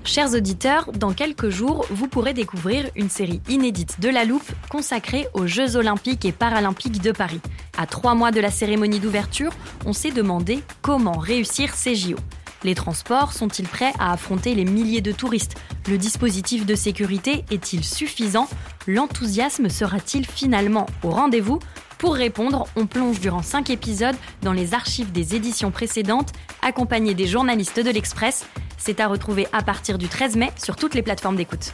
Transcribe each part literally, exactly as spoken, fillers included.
Chers auditeurs, dans quelques jours, vous pourrez découvrir une série inédite de La Loupe consacrée aux Jeux Olympiques et Paralympiques de Paris. À trois mois de la cérémonie d'ouverture, on s'est demandé comment réussir ces J O. Les transports sont-ils prêts à affronter les milliers de touristes ? Le dispositif de sécurité est-il suffisant ? L'enthousiasme sera-t-il finalement au rendez-vous ? Pour répondre, on plonge durant cinq épisodes dans les archives des éditions précédentes, accompagnés des journalistes de l'Express. C'est à retrouver à partir du treize mai sur toutes les plateformes d'écoute.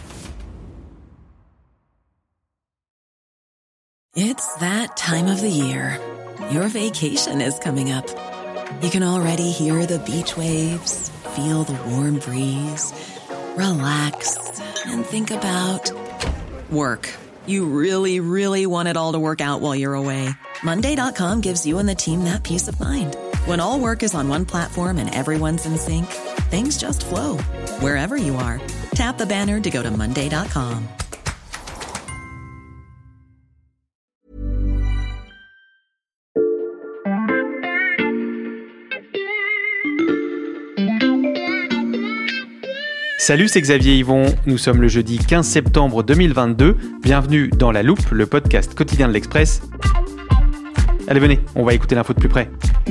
It's that time of the year. Your vacation is coming up. You can already hear the beach waves, feel the warm breeze, relax, and think about work. You really, really want it all to work out while you're away. Monday dot com gives you and the team that peace of mind. When all work is on one platform and everyone's in sync, things just flow. Wherever you are, tap the banner to go to Monday dot com. Salut, c'est Xavier Yvon. Nous sommes le jeudi quinze septembre deux mille vingt-deux. Bienvenue dans La Loupe, le podcast quotidien de l'Express. Allez, venez, on va écouter l'info de plus près.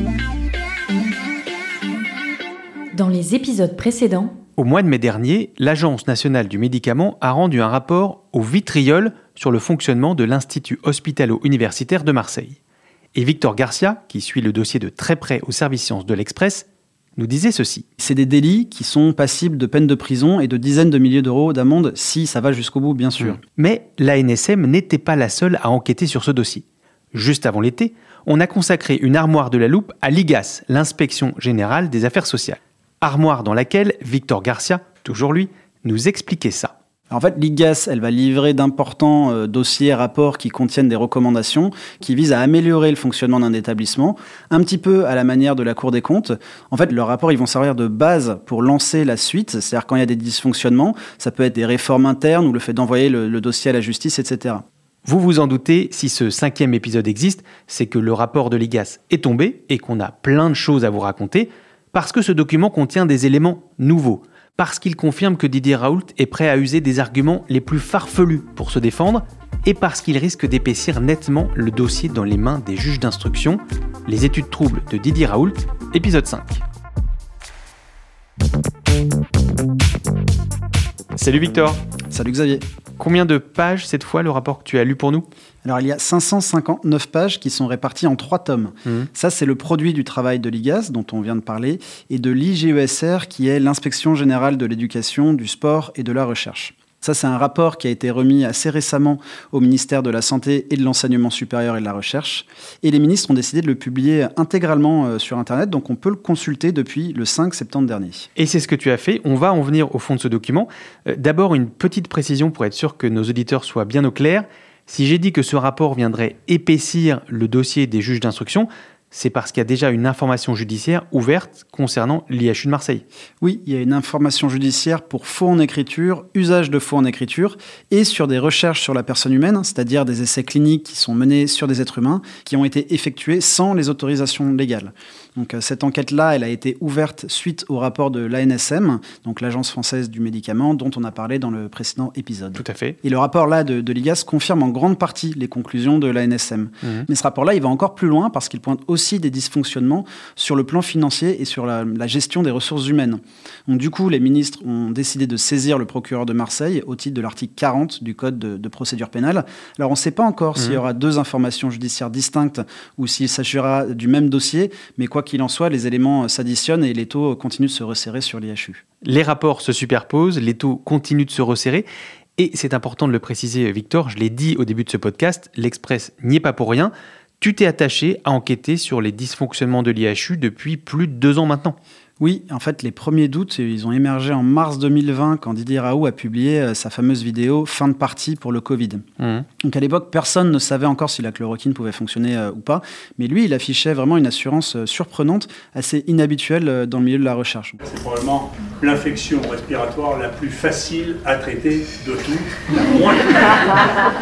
Dans les épisodes précédents, au mois de mai dernier, l'Agence nationale du médicament a rendu un rapport au vitriol sur le fonctionnement de l'Institut hospitalo-universitaire de Marseille. Et Victor Garcia, qui suit le dossier de très près au service sciences de l'Express, nous disait ceci. C'est des délits qui sont passibles de peine de prison et de dizaines de milliers d'euros d'amende si ça va jusqu'au bout, bien sûr. Mais l'A N S M n'était pas la seule à enquêter sur ce dossier. Juste avant l'été, on a consacré une armoire de la loupe à l'I G A S, l'Inspection Générale des Affaires Sociales. Armoire dans laquelle Victor Garcia, toujours lui, nous expliquait ça. En fait, l'I G A S, elle va livrer d'importants euh, dossiers, rapports qui contiennent des recommandations qui visent à améliorer le fonctionnement d'un établissement, un petit peu à la manière de la Cour des comptes. En fait, leurs rapports, ils vont servir de base pour lancer la suite, c'est-à-dire quand il y a des dysfonctionnements, ça peut être des réformes internes ou le fait d'envoyer le, le dossier à la justice, et cetera. Vous vous en doutez, si ce cinquième épisode existe, c'est que le rapport de l'I G A S est tombé et qu'on a plein de choses à vous raconter, parce que ce document contient des éléments nouveaux. Parce qu'il confirme que Didier Raoult est prêt à user des arguments les plus farfelus pour se défendre, et parce qu'il risque d'épaissir nettement le dossier dans les mains des juges d'instruction. Les études troubles de Didier Raoult, épisode cinq. Salut Victor. Salut Xavier. Combien de pages cette fois le rapport que tu as lu pour nous ? Alors, il y a cinq cent cinquante-neuf pages qui sont réparties en trois tomes. Mmh. Ça, c'est le produit du travail de l'I G A S, dont on vient de parler, et de l'I G E S R, qui est l'Inspection Générale de l'Éducation, du Sport et de la Recherche. Ça, c'est un rapport qui a été remis assez récemment au ministère de la Santé et de l'Enseignement supérieur et de la Recherche. Et les ministres ont décidé de le publier intégralement sur Internet, donc on peut le consulter depuis le cinq septembre dernier. Et c'est ce que tu as fait. On va en venir au fond de ce document. Euh, d'abord, une petite précision pour être sûr que nos auditeurs soient bien au clair. Si j'ai dit que ce rapport viendrait épaissir le dossier des juges d'instruction, c'est parce qu'il y a déjà une information judiciaire ouverte concernant l'I H U de Marseille. Oui, il y a une information judiciaire pour faux en écriture, usage de faux en écriture, et sur des recherches sur la personne humaine, c'est-à-dire des essais cliniques qui sont menés sur des êtres humains, qui ont été effectués sans les autorisations légales. Donc cette enquête-là, elle a été ouverte suite au rapport de l'A N S M, donc l'Agence française du médicament, dont on a parlé dans le précédent épisode. Tout à fait. Et le rapport-là de, de l'I G A S confirme en grande partie les conclusions de l'A N S M. Mmh. Mais ce rapport-là, il va encore plus loin parce qu'il pointe aussi des dysfonctionnements sur le plan financier et sur la, la gestion des ressources humaines. Donc du coup, les ministres ont décidé de saisir le procureur de Marseille au titre de l'article quarante du Code de, de procédure pénale. Alors on ne sait pas encore mmh. s'il y aura deux informations judiciaires distinctes ou s'il s'agira du même dossier, mais quoi qu'il en soit, les éléments s'additionnent et les taux continuent de se resserrer sur l'I H U. Les rapports se superposent, les taux continuent de se resserrer. Et c'est important de le préciser, Victor, je l'ai dit au début de ce podcast, l'Express n'y est pas pour rien. Tu t'es attaché à enquêter sur les dysfonctionnements de l'I H U depuis plus de deux ans maintenant. Oui, en fait, les premiers doutes, ils ont émergé en mars deux mille vingt quand Didier Raoult a publié sa fameuse vidéo « Fin de partie pour le Covid mmh. ». Donc à l'époque, personne ne savait encore si la chloroquine pouvait fonctionner euh, ou pas, mais lui, il affichait vraiment une assurance euh, surprenante, assez inhabituelle euh, dans le milieu de la recherche. C'est probablement l'infection respiratoire la plus facile à traiter de tout, la moins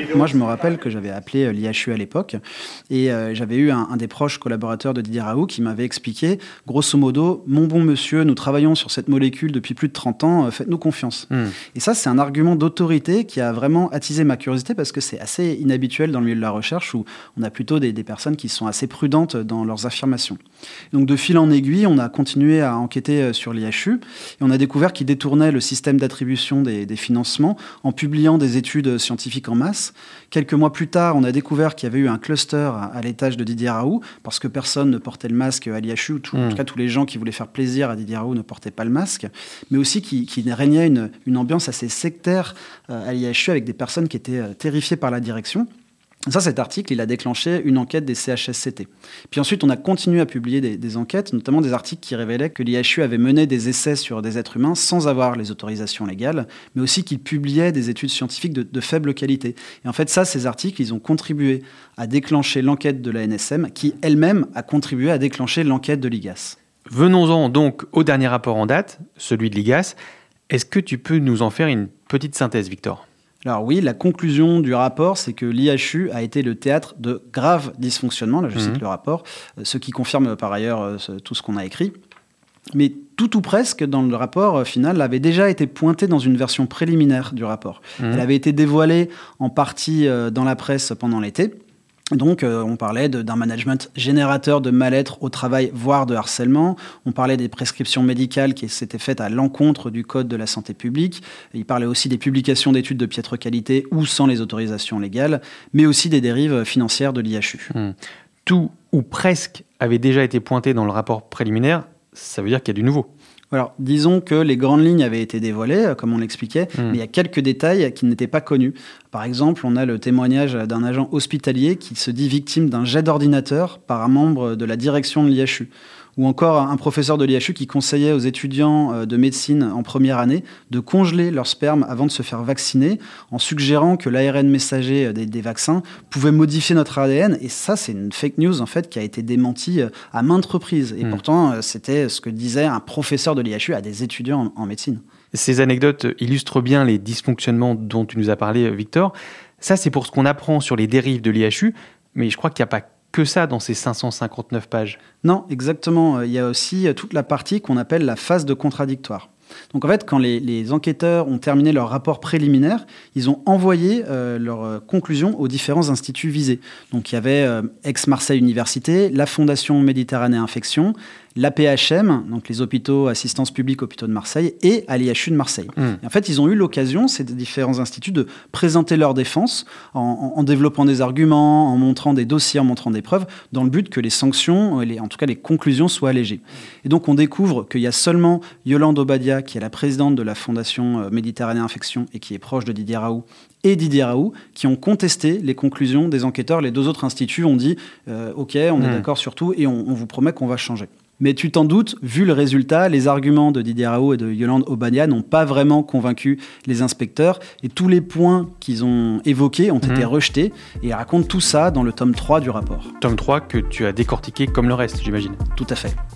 Moi, je me rappelle que j'avais appelé l'I H U à l'époque et euh, j'avais eu un, un des proches collaborateurs de Didier Raoult qui m'avait expliqué, grosso modo, « Mon bon monsieur, nous travaillons sur cette molécule depuis plus de trente ans, faites-nous confiance. Mm. » Et ça, c'est un argument d'autorité qui a vraiment attisé ma curiosité parce que c'est assez inhabituel dans le milieu de la recherche où on a plutôt des, des personnes qui sont assez prudentes dans leurs affirmations. Donc, de fil en aiguille, on a continué à enquêter sur l'I H U et on a découvert qu'ils détournaient le système d'attribution des, des financements en publiant des études scientifiques en masse. Quelques mois plus tard, on a découvert qu'il y avait eu un cluster à l'étage de Didier Raoult parce que personne ne portait le masque à l'I H U, tout, mmh. en tout cas tous les gens qui voulaient faire plaisir à Didier Raoult ne portaient pas le masque, mais aussi qu'il, qu'il régnait une, une ambiance assez sectaire à l'I H U avec des personnes qui étaient terrifiées par la direction. Ça, cet article, il a déclenché une enquête des C H S C T. Puis ensuite, on a continué à publier des, des enquêtes, notamment des articles qui révélaient que l'I H U avait mené des essais sur des êtres humains sans avoir les autorisations légales, mais aussi qu'il publiait des études scientifiques de, de faible qualité. Et en fait, ça, ces articles, ils ont contribué à déclencher l'enquête de la N S M, qui elle-même a contribué à déclencher l'enquête de l'I G A S. Venons-en donc au dernier rapport en date, celui de l'I G A S. Est-ce que tu peux nous en faire une petite synthèse, Victor ? Alors oui, la conclusion du rapport, c'est que l'I H U a été le théâtre de graves dysfonctionnements, là je cite mmh. le rapport, ce qui confirme par ailleurs tout ce qu'on a écrit. Mais tout ou presque, dans le rapport final, avait déjà été pointé dans une version préliminaire du rapport. Mmh. Elle avait été dévoilée en partie dans la presse pendant l'été. Donc, euh, on parlait de, d'un management générateur de mal-être au travail, voire de harcèlement. On parlait des prescriptions médicales qui s'étaient faites à l'encontre du Code de la santé publique. Il parlait aussi des publications d'études de piètre qualité ou sans les autorisations légales, mais aussi des dérives financières de l'I H U. Mmh. Tout ou presque avait déjà été pointé dans le rapport préliminaire, ça veut dire qu'il y a du nouveau. Alors, disons que les grandes lignes avaient été dévoilées, comme on l'expliquait, mmh. mais il y a quelques détails qui n'étaient pas connus. Par exemple, on a le témoignage d'un agent hospitalier qui se dit victime d'un jet d'ordinateur par un membre de la direction de l'I H U. Ou encore un professeur de l'I H U qui conseillait aux étudiants de médecine en première année de congeler leur sperme avant de se faire vacciner, en suggérant que l'A R N messager des, des vaccins pouvait modifier notre A D N. Et ça, c'est une fake news en fait qui a été démentie à maintes reprises. Et mmh. pourtant, c'était ce que disait un professeur de l'I H U à des étudiants en, en médecine. Ces anecdotes illustrent bien les dysfonctionnements dont tu nous as parlé, Victor. Ça, c'est pour ce qu'on apprend sur les dérives de l'I H U, mais je crois qu'il n'y a pas que ça dans ces cinq cent cinquante-neuf pages. Non, exactement. Il y a aussi toute la partie qu'on appelle la phase de contradictoire. Donc en fait, quand les, les enquêteurs ont terminé leur rapport préliminaire, ils ont envoyé euh, leurs conclusions aux différents instituts visés. Donc il y avait euh, Aix-Marseille Université, la Fondation Méditerranée Infection, l'A P H M, donc les hôpitaux Assistance Publique Hôpitaux de Marseille, et à l'I H U de Marseille. Mmh. Et en fait, ils ont eu l'occasion, ces différents instituts, de présenter leur défense en, en, en développant des arguments, en montrant des dossiers, en montrant des preuves, dans le but que les sanctions, les, en tout cas les conclusions, soient allégées. Et donc, on découvre qu'il y a seulement Yolande Obadia, qui est la présidente de la Fondation Méditerranée Infection et qui est proche de Didier Raoult, et Didier Raoult, qui ont contesté les conclusions des enquêteurs. Les deux autres instituts ont dit euh, « Ok, on mmh. est d'accord sur tout et on, on vous promet qu'on va changer ». Mais tu t'en doutes, vu le résultat, les arguments de Didier Raoult et de Yolande Obadia n'ont pas vraiment convaincu les inspecteurs et tous les points qu'ils ont évoqués ont mmh. été rejetés et ils racontent tout ça dans le tome trois du rapport. Tome trois que tu as décortiqué comme le reste, j'imagine. Tout à fait.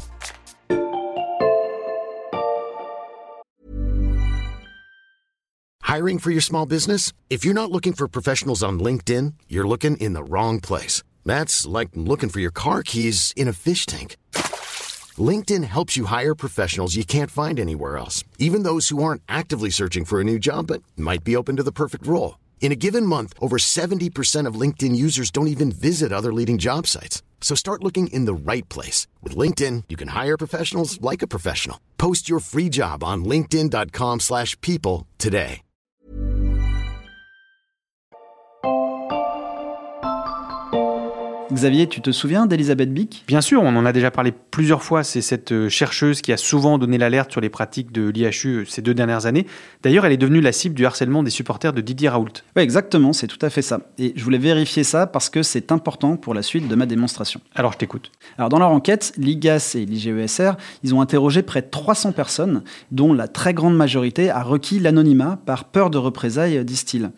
Hiring for your small business? If you're not looking for professionals on LinkedIn, you're looking in the wrong place. That's like looking for your car keys in a fish tank. LinkedIn helps you hire professionals you can't find anywhere else, even those who aren't actively searching for a new job but might be open to the perfect role. In a given month, over seventy percent of LinkedIn users don't even visit other leading job sites. So start looking in the right place. With LinkedIn, you can hire professionals like a professional. Post your free job on linkedin.com slash people today. Xavier, tu te souviens d'Elisabeth Bick ? Bien sûr, on en a déjà parlé plusieurs fois. C'est cette chercheuse qui a souvent donné l'alerte sur les pratiques de l'I H U ces deux dernières années. D'ailleurs, elle est devenue la cible du harcèlement des supporters de Didier Raoult. Oui, exactement, c'est tout à fait ça. Et je voulais vérifier ça parce que c'est important pour la suite de ma démonstration. Alors, je t'écoute. Alors, dans leur enquête, l'I G A S et l'I G E S R, ils ont interrogé près de trois cents personnes, dont la très grande majorité a requis l'anonymat par peur de représailles, disent-ils.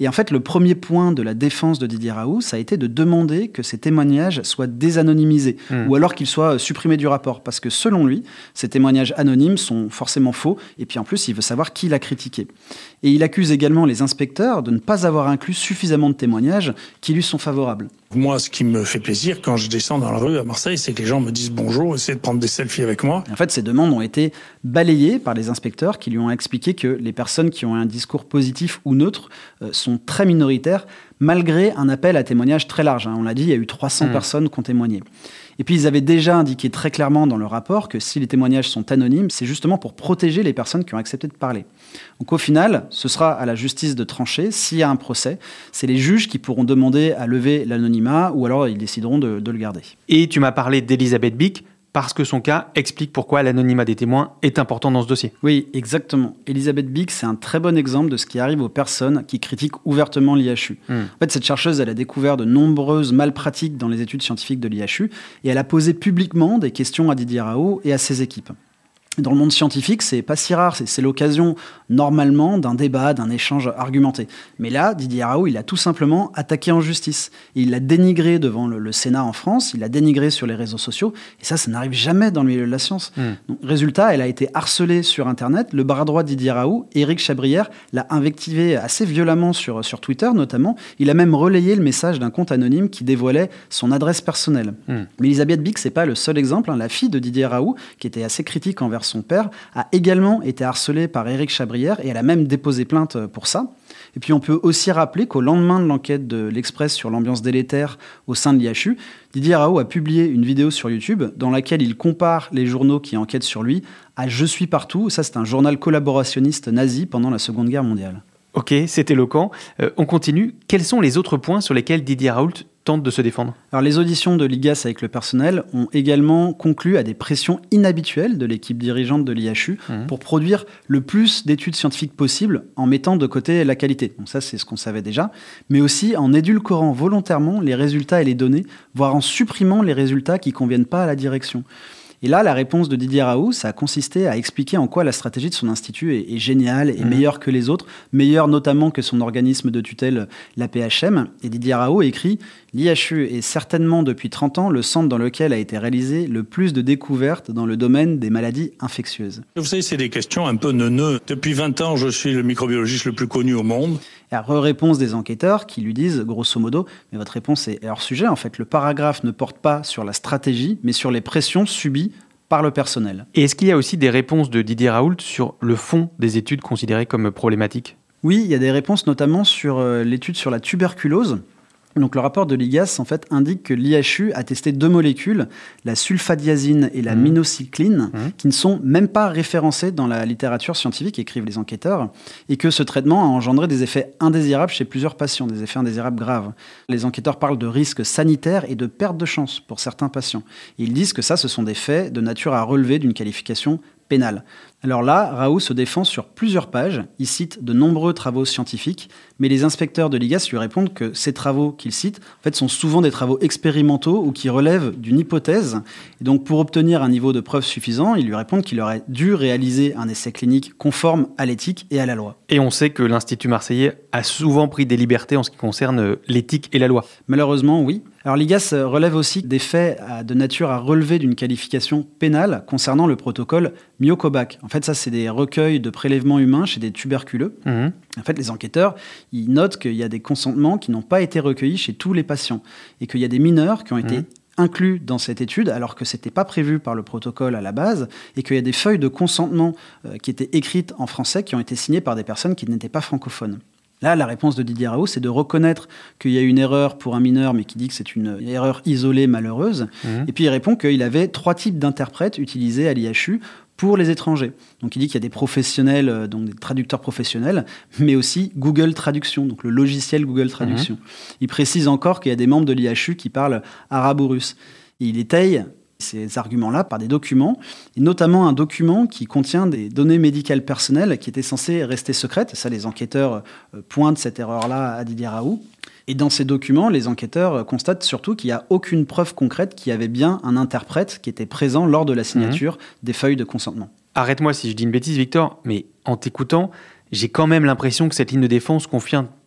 Et en fait, le premier point de la défense de Didier Raoult, ça a été de demander que ces témoignages soient désanonymisés, mmh. ou alors qu'ils soient supprimés du rapport, parce que selon lui, ces témoignages anonymes sont forcément faux, et puis en plus, il veut savoir qui l'a critiqué. Et il accuse également les inspecteurs de ne pas avoir inclus suffisamment de témoignages qui lui sont favorables. Moi, ce qui me fait plaisir quand je descends dans la rue à Marseille, c'est que les gens me disent bonjour, essaient de prendre des selfies avec moi. En fait, ces demandes ont été balayées par les inspecteurs qui lui ont expliqué que les personnes qui ont un discours positif ou neutre euh, sont très minoritaires, malgré un appel à témoignages très large. Hein. On l'a dit, il y a eu trois cents mmh. personnes qui ont témoigné. Et puis, ils avaient déjà indiqué très clairement dans le rapport que si les témoignages sont anonymes, c'est justement pour protéger les personnes qui ont accepté de parler. Donc, au final, ce sera à la justice de trancher. S'il y a un procès, c'est les juges qui pourront demander à lever l'anonymat ou alors ils décideront de, de le garder. Et tu m'as parlé d'Elisabeth Bick, parce que son cas explique pourquoi l'anonymat des témoins est important dans ce dossier. Oui, exactement. Elisabeth Bick, c'est un très bon exemple de ce qui arrive aux personnes qui critiquent ouvertement l'I H U. Mmh. En fait, cette chercheuse, elle a découvert de nombreuses malpratiques dans les études scientifiques de l'I H U et elle a posé publiquement des questions à Didier Raoult et à ses équipes. Dans le monde scientifique, c'est pas si rare, c'est, c'est l'occasion normalement d'un débat, d'un échange argumenté. Mais là, Didier Raoult, il a tout simplement attaqué en justice. Et il l'a dénigré devant le, le Sénat en France, il l'a dénigré sur les réseaux sociaux, et ça, ça n'arrive jamais dans le milieu de la science. Mmh. Donc, résultat, elle a été harcelée sur Internet. Le bras droit de Didier Raoult, Éric Chabrière, l'a invectivé assez violemment sur, sur Twitter notamment. Il a même relayé le message d'un compte anonyme qui dévoilait son adresse personnelle. Mmh. Mais Elisabeth Bick, c'est pas le seul exemple. Hein. La fille de Didier Raoult, qui était assez critique envers son père, a également été harcelée par Éric Chabrière et elle a même déposé plainte pour ça. Et puis on peut aussi rappeler qu'au lendemain de l'enquête de l'Express sur l'ambiance délétère au sein de l'I H U, Didier Raoult a publié une vidéo sur YouTube dans laquelle il compare les journaux qui enquêtent sur lui à Je suis partout. Ça, c'est un journal collaborationniste nazi pendant la Seconde Guerre mondiale. Ok, c'est éloquent. Euh, on continue. Quels sont les autres points sur lesquels Didier Raoult tente de se défendre ? Alors, les auditions de l'I G A S avec le personnel ont également conclu à des pressions inhabituelles de l'équipe dirigeante de l'I H U mmh. pour produire le plus d'études scientifiques possible en mettant de côté la qualité. Donc ça, c'est ce qu'on savait déjà, mais aussi en édulcorant volontairement les résultats et les données, voire en supprimant les résultats qui ne conviennent pas à la direction. Et là, la réponse de Didier Raoult, ça a consisté à expliquer en quoi la stratégie de son institut est, est géniale et mmh. meilleure que les autres, meilleure notamment que son organisme de tutelle, l'A P H M. Et Didier Raoult écrit « L'I H U est certainement depuis trente ans le centre dans lequel a été réalisé le plus de découvertes dans le domaine des maladies infectieuses. » Vous savez, c'est des questions un peu neuneux. Depuis vingt ans, je suis le microbiologiste le plus connu au monde. Et la réponse des enquêteurs qui lui disent, grosso modo, mais votre réponse est hors sujet. En fait, le paragraphe ne porte pas sur la stratégie, mais sur les pressions subies par le personnel. Et est-ce qu'il y a aussi des réponses de Didier Raoult sur le fond des études considérées comme problématiques ? Oui, il y a des réponses notamment sur euh, l'étude sur la tuberculose. Donc, le rapport de l'I G A S en fait, indique que l'I H U a testé deux molécules, la sulfadiazine et la mmh. minocycline, mmh. qui ne sont même pas référencées dans la littérature scientifique, écrivent les enquêteurs, et que ce traitement a engendré des effets indésirables chez plusieurs patients, des effets indésirables graves. Les enquêteurs parlent de risques sanitaires et de perte de chance pour certains patients. Et ils disent que ça, ce sont des faits de nature à relever d'une qualification pénale. Alors là, Raoult se défend sur plusieurs pages. Il cite de nombreux travaux scientifiques, mais les inspecteurs de l'I G A S lui répondent que ces travaux qu'il cite en fait, sont souvent des travaux expérimentaux ou qui relèvent d'une hypothèse. Et donc, pour obtenir un niveau de preuve suffisant, ils lui répondent qu'il aurait dû réaliser un essai clinique conforme à l'éthique et à la loi. Et on sait que l'Institut marseillais a souvent pris des libertés en ce qui concerne l'éthique et la loi. Malheureusement, oui. Alors l'I G A S relève aussi des faits de nature à relever d'une qualification pénale concernant le protocole Myocobac. En fait, ça, c'est des recueils de prélèvements humains chez des tuberculeux. Mmh. En fait, les enquêteurs, ils notent qu'il y a des consentements qui n'ont pas été recueillis chez tous les patients et qu'il y a des mineurs qui ont été mmh. inclus dans cette étude alors que ce n'était pas prévu par le protocole à la base et qu'il y a des feuilles de consentement euh, qui étaient écrites en français qui ont été signées par des personnes qui n'étaient pas francophones. Là, la réponse de Didier Raoult, c'est de reconnaître qu'il y a une erreur pour un mineur, mais qui dit que c'est une erreur isolée, malheureuse. Mmh. Et puis, il répond qu'il avait trois types d'interprètes utilisés à l'I H U pour les étrangers. Donc, il dit qu'il y a des professionnels, donc des traducteurs professionnels, mais aussi Google Traduction, donc le logiciel Google Traduction. Mmh. Il précise encore qu'il y a des membres de l'I H U qui parlent arabe ou russe. Et il étaye ces arguments-là par des documents, et notamment un document qui contient des données médicales personnelles qui étaient censées rester secrètes. Ça, les enquêteurs pointent cette erreur-là à Didier Raoult. Et dans ces documents, les enquêteurs constatent surtout qu'il n'y a aucune preuve concrète qu'il y avait bien un interprète qui était présent lors de la signature mmh. des feuilles de consentement. Arrête-moi si je dis une bêtise, Victor, mais en t'écoutant, j'ai quand même l'impression que cette ligne de défense confirme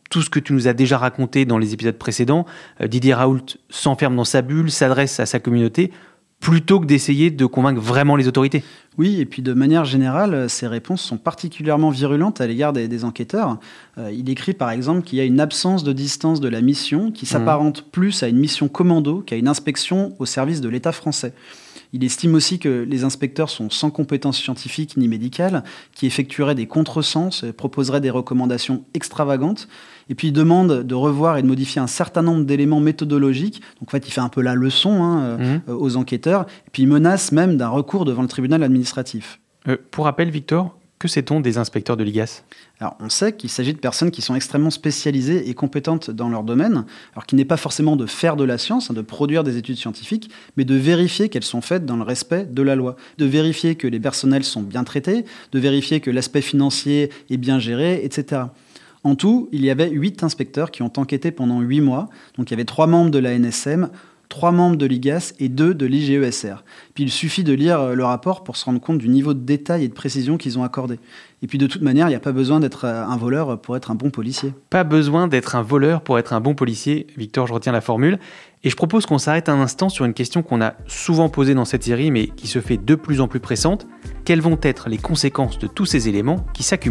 tout ce que tu nous as déjà raconté dans les épisodes précédents. Didier Raoult s'enferme dans sa bulle, s'adresse à sa communauté, plutôt que d'essayer de convaincre vraiment les autorités. Oui, et puis de manière générale, ces réponses sont particulièrement virulentes à l'égard des, des enquêteurs. Euh, il écrit par exemple qu'il y a une absence de distance de la mission qui s'apparente mmh. plus à une mission commando qu'à une inspection au service de l'État français. Il estime aussi que les inspecteurs sont sans compétences scientifiques ni médicales, qui effectueraient des contresens, proposeraient des recommandations extravagantes. Et puis il demande de revoir et de modifier un certain nombre d'éléments méthodologiques. Donc en fait, il fait un peu la leçon hein, mmh. euh, aux enquêteurs. Et puis il menace même d'un recours devant le tribunal administratif. Euh, pour rappel, Victor, que sait-on des inspecteurs de l'I G A S ? Alors, on sait qu'il s'agit de personnes qui sont extrêmement spécialisées et compétentes dans leur domaine, alors qui n'est pas forcément de faire de la science, hein, de produire des études scientifiques, mais de vérifier qu'elles sont faites dans le respect de la loi, de vérifier que les personnels sont bien traités, de vérifier que l'aspect financier est bien géré, et cetera. En tout, il y avait huit inspecteurs qui ont enquêté pendant huit mois. Donc, il y avait trois membres de la N S M, trois membres de l'I G A S et deux de l'I G E S R. Puis il suffit de lire le rapport pour se rendre compte du niveau de détail et de précision qu'ils ont accordé. Et puis de toute manière, il n'y a pas besoin d'être un voleur pour être un bon policier. Pas besoin d'être un voleur pour être un bon policier. Victor, je retiens la formule. Et je propose qu'on s'arrête un instant sur une question qu'on a souvent posée dans cette série, mais qui se fait de plus en plus pressante. Quelles vont être les conséquences de tous ces éléments qui s'accumulent ?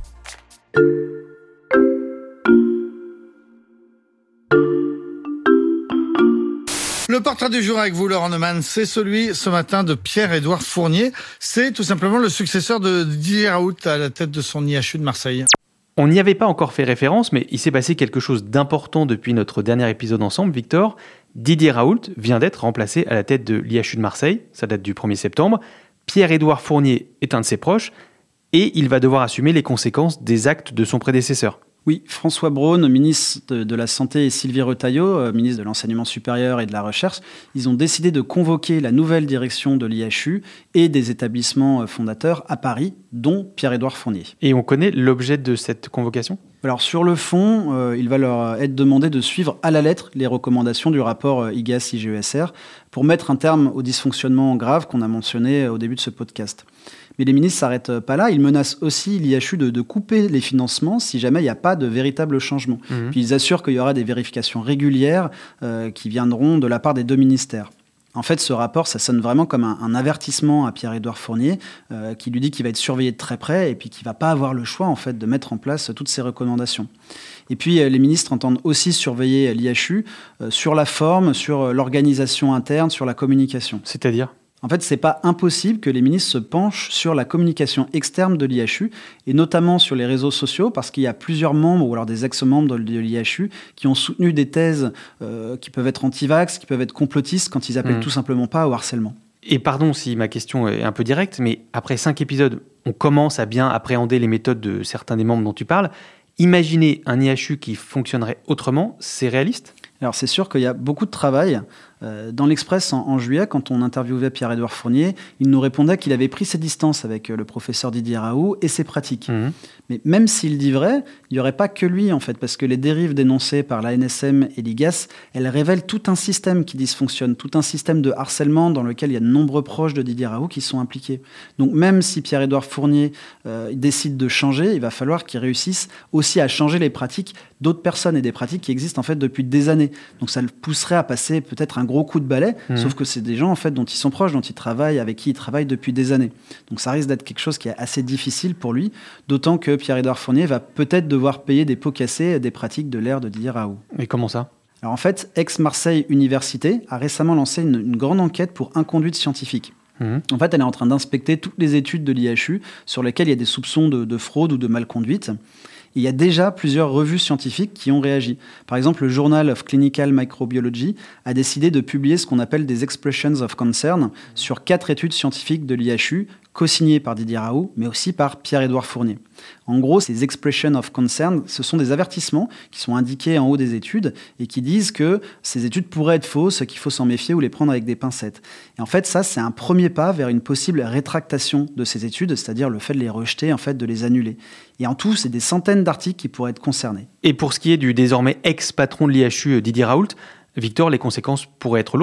Le portrait du jour avec vous, Laurent Neumann, c'est celui ce matin de Pierre-Édouard Fournier. C'est tout simplement le successeur de Didier Raoult à la tête de son I H U de Marseille. On n'y avait pas encore fait référence, mais il s'est passé quelque chose d'important depuis notre dernier épisode ensemble, Victor. Didier Raoult vient d'être remplacé à la tête de l'I H U de Marseille, ça date du premier septembre. Pierre-Édouard Fournier est un de ses proches et il va devoir assumer les conséquences des actes de son prédécesseur. Oui, François Braun, ministre de la Santé, et Sylvie Retailleau, ministre de l'Enseignement supérieur et de la Recherche, ils ont décidé de convoquer la nouvelle direction de l'I H U et des établissements fondateurs à Paris, dont Pierre-Édouard Fournier. Et on connaît l'objet de cette convocation ? Alors sur le fond, euh, il va leur être demandé de suivre à la lettre les recommandations du rapport I G A S-I G E S R pour mettre un terme aux dysfonctionnements graves qu'on a mentionnés au début de ce podcast. Mais les ministres ne s'arrêtent pas là. Ils menacent aussi l'I H U de, de couper les financements si jamais il n'y a pas de véritable changement. Mmh. Puis ils assurent qu'il y aura des vérifications régulières euh, qui viendront de la part des deux ministères. En fait, ce rapport, ça sonne vraiment comme un, un avertissement à Pierre-Édouard Fournier euh, qui lui dit qu'il va être surveillé de très près et puis qu'il ne va pas avoir le choix en fait, de mettre en place toutes ces recommandations. Et puis, euh, les ministres entendent aussi surveiller l'I H U euh, sur la forme, sur l'organisation interne, sur la communication. C'est-à-dire ? En fait, ce n'est pas impossible que les ministres se penchent sur la communication externe de l'I H U, et notamment sur les réseaux sociaux, parce qu'il y a plusieurs membres, ou alors des ex-membres de l'I H U, qui ont soutenu des thèses euh, qui peuvent être anti-vax, qui peuvent être complotistes, quand ils appellent mmh. tout simplement pas au harcèlement. Et pardon si ma question est un peu directe, mais après cinq épisodes, on commence à bien appréhender les méthodes de certains des membres dont tu parles. Imaginer un I H U qui fonctionnerait autrement, c'est réaliste ? Alors c'est sûr qu'il y a beaucoup de travail. Dans l'Express, en, en juillet, quand on interviewait Pierre-Édouard Fournier, il nous répondait qu'il avait pris ses distances avec le professeur Didier Raoult et ses pratiques. Mmh. Mais même s'il dit vrai, il n'y aurait pas que lui, en fait, parce que les dérives dénoncées par la N S M et l'I G A S, elles révèlent tout un système qui dysfonctionne, tout un système de harcèlement dans lequel il y a de nombreux proches de Didier Raoult qui sont impliqués. Donc même si Pierre-Édouard Fournier euh, décide de changer, il va falloir qu'il réussisse aussi à changer les pratiques d'autres personnes et des pratiques qui existent en fait depuis des années. Donc ça le pousserait à passer peut-être un gros coup de balai, mmh. sauf que c'est des gens en fait dont ils sont proches, dont ils travaillent, avec qui ils travaillent depuis des années. Donc ça risque d'être quelque chose qui est assez difficile pour lui, d'autant que Pierre-Édouard Fournier va peut-être devoir payer des pots cassés des pratiques de l'ère de Didier Raoult. Et comment ça ? Alors en fait, Aix-Marseille Université a récemment lancé une, une grande enquête pour inconduite scientifique. Mmh. En fait, elle est en train d'inspecter toutes les études de l'I H U sur lesquelles il y a des soupçons de, de fraude ou de malconduite. Il y a déjà plusieurs revues scientifiques qui ont réagi. Par exemple, le Journal of Clinical Microbiology a décidé de publier ce qu'on appelle des Expressions of Concern sur quatre études scientifiques de l'I H U, co-signées par Didier Raoult, mais aussi par Pierre-Édouard Fournier. En gros, ces Expressions of Concern, ce sont des avertissements qui sont indiqués en haut des études et qui disent que ces études pourraient être fausses, qu'il faut s'en méfier ou les prendre avec des pincettes. Et en fait, ça, c'est un premier pas vers une possible rétractation de ces études, c'est-à-dire le fait de les rejeter, en fait, de les annuler. Et en tout, c'est des centaines d'articles qui pourraient être concernés. Et pour ce qui est du désormais ex-patron de l'I H U, Didier Raoult, Victor, les conséquences pourraient être lourdes.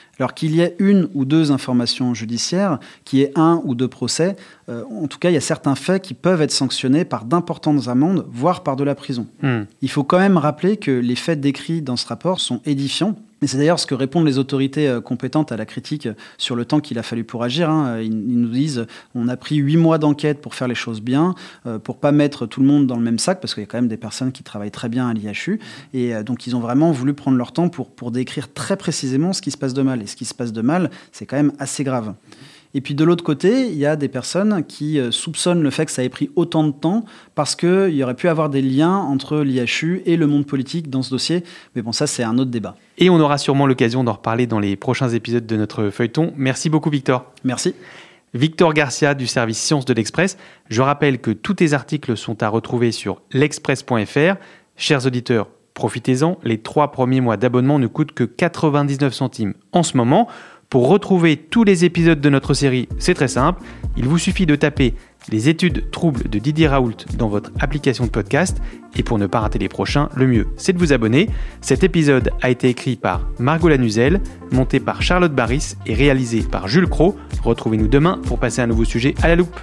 Alors qu'il y ait une ou deux informations judiciaires, qu'il y ait un ou deux procès, euh, en tout cas, il y a certains faits qui peuvent être sanctionnés par d'importantes amendes, voire par de la prison. Mmh. Il faut quand même rappeler que les faits décrits dans ce rapport sont édifiants. Et c'est d'ailleurs ce que répondent les autorités compétentes à la critique sur le temps qu'il a fallu pour agir. Hein. Ils, ils nous disent on a pris huit mois d'enquête pour faire les choses bien, euh, pour pas mettre tout le monde dans le même sac, parce qu'il y a quand même des personnes qui travaillent très bien à l'I H U. Et euh, donc ils ont vraiment voulu prendre leur temps pour, pour décrire très précisément ce qui se passe de mal. Et ce qui se passe de mal, c'est quand même assez grave. Et puis de l'autre côté, il y a des personnes qui soupçonnent le fait que ça ait pris autant de temps parce qu'il y aurait pu avoir des liens entre l'I H U et le monde politique dans ce dossier. Mais bon, ça, c'est un autre débat. Et on aura sûrement l'occasion d'en reparler dans les prochains épisodes de notre feuilleton. Merci beaucoup, Victor. Merci. Victor Garcia du service Sciences de l'Express. Je rappelle que tous tes articles sont à retrouver sur l'express point f r. Chers auditeurs, profitez-en. Les trois premiers mois d'abonnement ne coûtent que quatre-vingt-dix-neuf centimes en ce moment. Pour retrouver tous les épisodes de notre série, c'est très simple. Il vous suffit de taper les études troubles de Didier Raoult dans votre application de podcast. Et pour ne pas rater les prochains, le mieux, c'est de vous abonner. Cet épisode a été écrit par Margot Lanuzel, monté par Charlotte Baris et réalisé par Jules Cros. Retrouvez-nous demain pour passer un nouveau sujet à la loupe.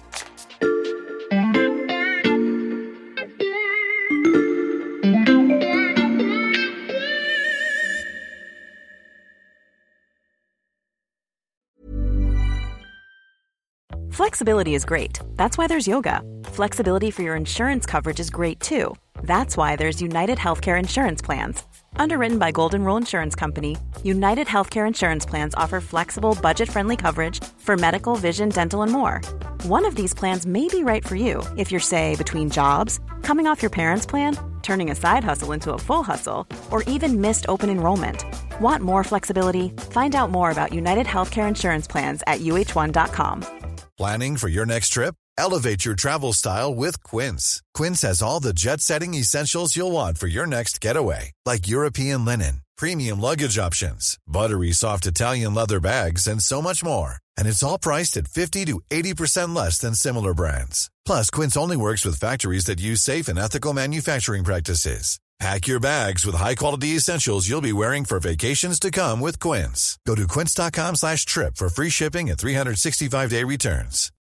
Flexibility is great. That's why there's yoga. Flexibility for your insurance coverage is great too. That's why there's United Healthcare Insurance Plans. Underwritten by Golden Rule Insurance Company, United Healthcare Insurance Plans offer flexible, budget-friendly coverage for medical, vision, dental, and more. One of these plans may be right for you if you're, say, between jobs, coming off your parents' plan, turning a side hustle into a full hustle, or even missed open enrollment. Want more flexibility? Find out more about United Healthcare Insurance Plans at U H one dot com. Planning for your next trip? Elevate your travel style with Quince. Quince has all the jet-setting essentials you'll want for your next getaway, like European linen, premium luggage options, buttery soft Italian leather bags, and so much more. And it's all priced at fifty to eighty percent less than similar brands. Plus, Quince only works with factories that use safe and ethical manufacturing practices. Pack your bags with high-quality essentials you'll be wearing for vacations to come with Quince. Go to quince dot com slash trip for free shipping and three sixty-five day returns.